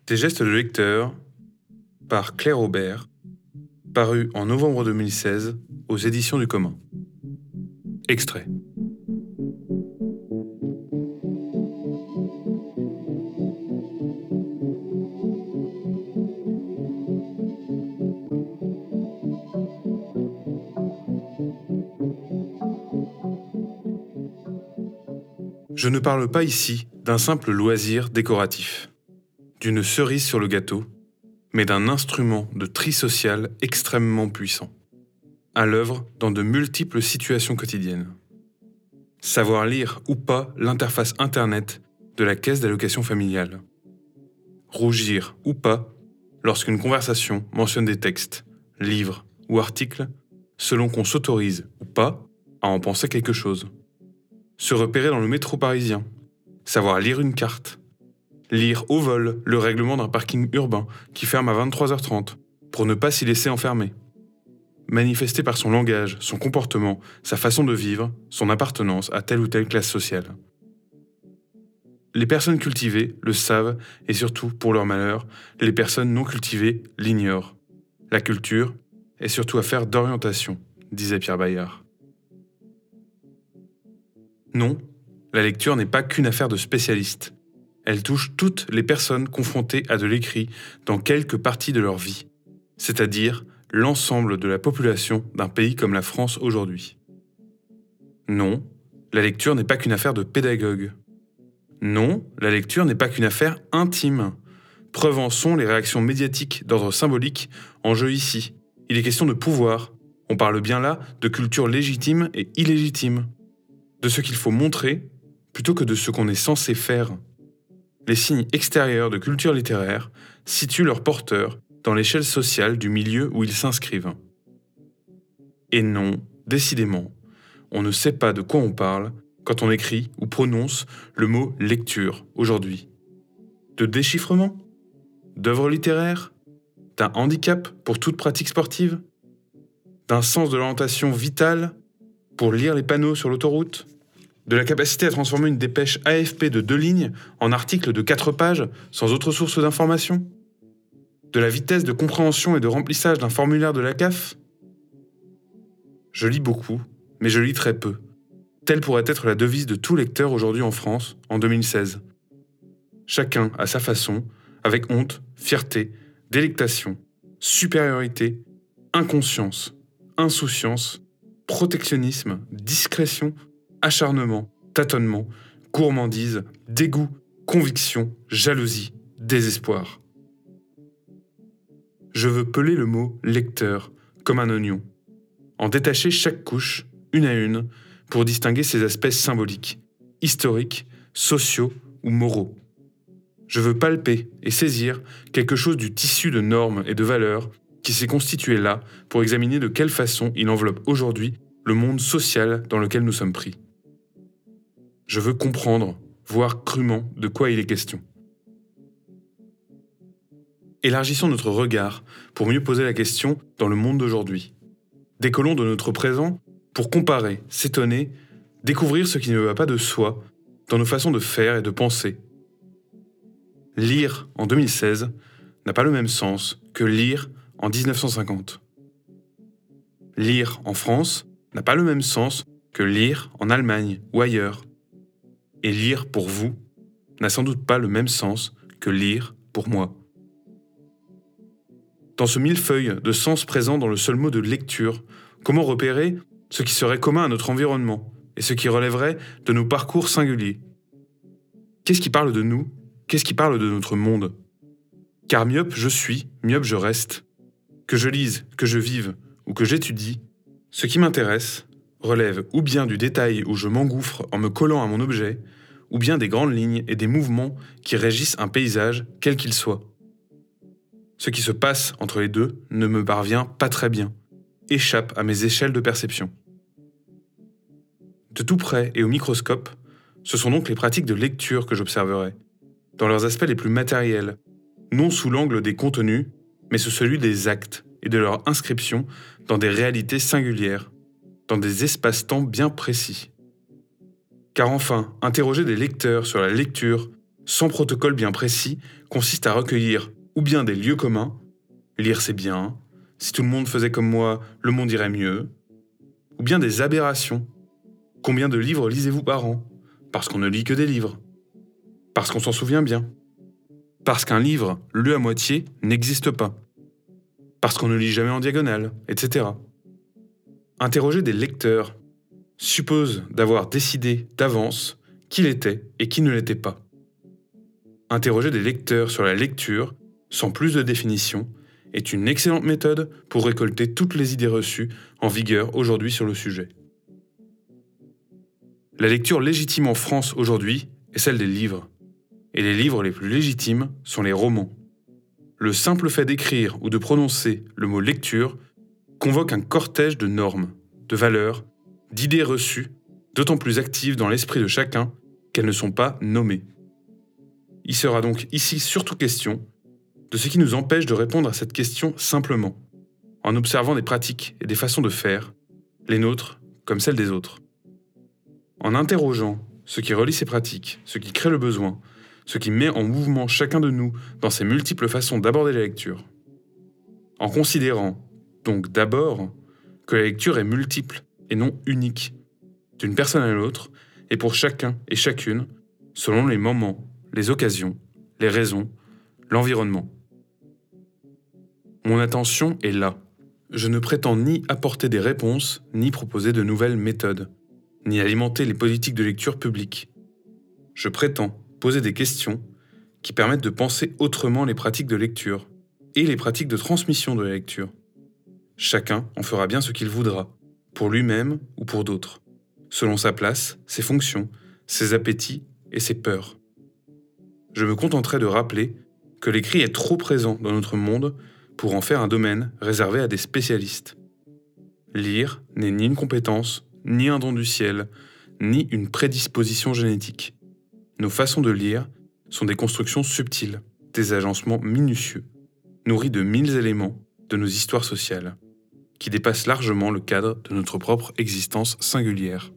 Des gestes de lecteur par Claire Aubert, paru en novembre 2016 aux éditions du Commun. Extrait. Je ne parle pas ici d'un simple loisir décoratif, d'une cerise sur le gâteau, mais d'un instrument de tri social extrêmement puissant, à l'œuvre dans de multiples situations quotidiennes. Savoir lire ou pas l'interface Internet de la caisse d'allocation familiale. Rougir ou pas lorsqu'une conversation mentionne des textes, livres ou articles, selon qu'on s'autorise ou pas à en penser quelque chose. Se repérer dans le métro parisien, savoir lire une carte, lire au vol le règlement d'un parking urbain qui ferme à 23h30 pour ne pas s'y laisser enfermer. Manifester par son langage, son comportement, sa façon de vivre, son appartenance à telle ou telle classe sociale. Les personnes cultivées le savent et surtout, pour leur malheur, les personnes non cultivées l'ignorent. La culture est surtout affaire d'orientation, disait Pierre Bayard. Non, la lecture n'est pas qu'une affaire de spécialistes. Elle touche toutes les personnes confrontées à de l'écrit dans quelque partie de leur vie, c'est-à-dire l'ensemble de la population d'un pays comme la France aujourd'hui. Non, la lecture n'est pas qu'une affaire de pédagogue. Non, la lecture n'est pas qu'une affaire intime. Preuve en sont les réactions médiatiques d'ordre symbolique en jeu ici. Il est question de pouvoir. On parle bien là de culture légitime et illégitime. De ce qu'il faut montrer plutôt que de ce qu'on est censé faire. Les signes extérieurs de culture littéraire situent leurs porteurs dans l'échelle sociale du milieu où ils s'inscrivent. Et non, décidément, on ne sait pas de quoi on parle quand on écrit ou prononce le mot « lecture » aujourd'hui. De déchiffrement ? D'œuvres littéraires ? D'un handicap pour toute pratique sportive ? D'un sens de l'orientation vitale pour lire les panneaux sur l'autoroute ? De la capacité à transformer une dépêche AFP de 2 lignes en article de 4 pages sans autre source d'information ? De la vitesse de compréhension et de remplissage d'un formulaire de la CAF ? Je lis beaucoup, mais je lis très peu. Telle pourrait être la devise de tout lecteur aujourd'hui en France, en 2016. Chacun à sa façon, avec honte, fierté, délectation, supériorité, inconscience, insouciance, protectionnisme, discrétion, acharnement, tâtonnement, gourmandise, dégoût, conviction, jalousie, désespoir. Je veux peler le mot « lecteur » comme un oignon, en détacher chaque couche, une à une, pour distinguer ses aspects symboliques, historiques, sociaux ou moraux. Je veux palper et saisir quelque chose du tissu de normes et de valeurs qui s'est constitué là pour examiner de quelle façon il enveloppe aujourd'hui le monde social dans lequel nous sommes pris. Je veux comprendre, voir crûment de quoi il est question. Élargissons notre regard pour mieux poser la question dans le monde d'aujourd'hui. Décollons de notre présent pour comparer, s'étonner, découvrir ce qui ne va pas de soi dans nos façons de faire et de penser. Lire en 2016 n'a pas le même sens que lire en 1950. Lire en France n'a pas le même sens que lire en Allemagne ou ailleurs. Et lire pour vous n'a sans doute pas le même sens que lire pour moi. Dans ce millefeuille de sens présent dans le seul mot de lecture, comment repérer ce qui serait commun à notre environnement et ce qui relèverait de nos parcours singuliers ? Qu'est-ce qui parle de nous ? Qu'est-ce qui parle de notre monde ? Car myope je suis, myope je reste. Que je lise, que je vive ou que j'étudie, ce qui m'intéresse relève ou bien du détail où je m'engouffre en me collant à mon objet, ou bien des grandes lignes et des mouvements qui régissent un paysage, quel qu'il soit. Ce qui se passe entre les deux ne me parvient pas très bien, échappe à mes échelles de perception. De tout près et au microscope, ce sont donc les pratiques de lecture que j'observerai, dans leurs aspects les plus matériels, non sous l'angle des contenus, mais sous celui des actes et de leur inscription dans des réalités singulières, dans des espaces-temps bien précis. Car enfin, interroger des lecteurs sur la lecture sans protocole bien précis, consiste à recueillir ou bien des lieux communs, lire c'est bien, si tout le monde faisait comme moi, le monde irait mieux, ou bien des aberrations. Combien de livres lisez-vous par an? Parce qu'on ne lit que des livres. Parce qu'on s'en souvient bien. Parce qu'un livre, lu à moitié, n'existe pas. Parce qu'on ne lit jamais en diagonale, etc. Interroger des lecteurs suppose d'avoir décidé d'avance qui l'était et qui ne l'était pas. Interroger des lecteurs sur la lecture, sans plus de définition, est une excellente méthode pour récolter toutes les idées reçues en vigueur aujourd'hui sur le sujet. La lecture légitime en France aujourd'hui est celle des livres. Et les livres les plus légitimes sont les romans. Le simple fait d'écrire ou de prononcer le mot lecture convoque un cortège de normes, de valeurs, d'idées reçues, d'autant plus actives dans l'esprit de chacun qu'elles ne sont pas nommées. Il sera donc ici surtout question de ce qui nous empêche de répondre à cette question simplement, en observant des pratiques et des façons de faire, les nôtres comme celles des autres. En interrogeant ce qui relie ces pratiques, ce qui crée le besoin, ce qui met en mouvement chacun de nous dans ses multiples façons d'aborder la lecture. En considérant, donc d'abord, que la lecture est multiple et non unique, d'une personne à l'autre, et pour chacun et chacune, selon les moments, les occasions, les raisons, l'environnement. Mon attention est là. Je ne prétends ni apporter des réponses, ni proposer de nouvelles méthodes, ni alimenter les politiques de lecture publiques. Je prétends poser des questions qui permettent de penser autrement les pratiques de lecture et les pratiques de transmission de la lecture. Chacun en fera bien ce qu'il voudra, pour lui-même ou pour d'autres, selon sa place, ses fonctions, ses appétits et ses peurs. Je me contenterai de rappeler que l'écrit est trop présent dans notre monde pour en faire un domaine réservé à des spécialistes. Lire n'est ni une compétence, ni un don du ciel, ni une prédisposition génétique. Nos façons de lire sont des constructions subtiles, des agencements minutieux, nourris de 1000 éléments de nos histoires sociales, qui dépassent largement le cadre de notre propre existence singulière.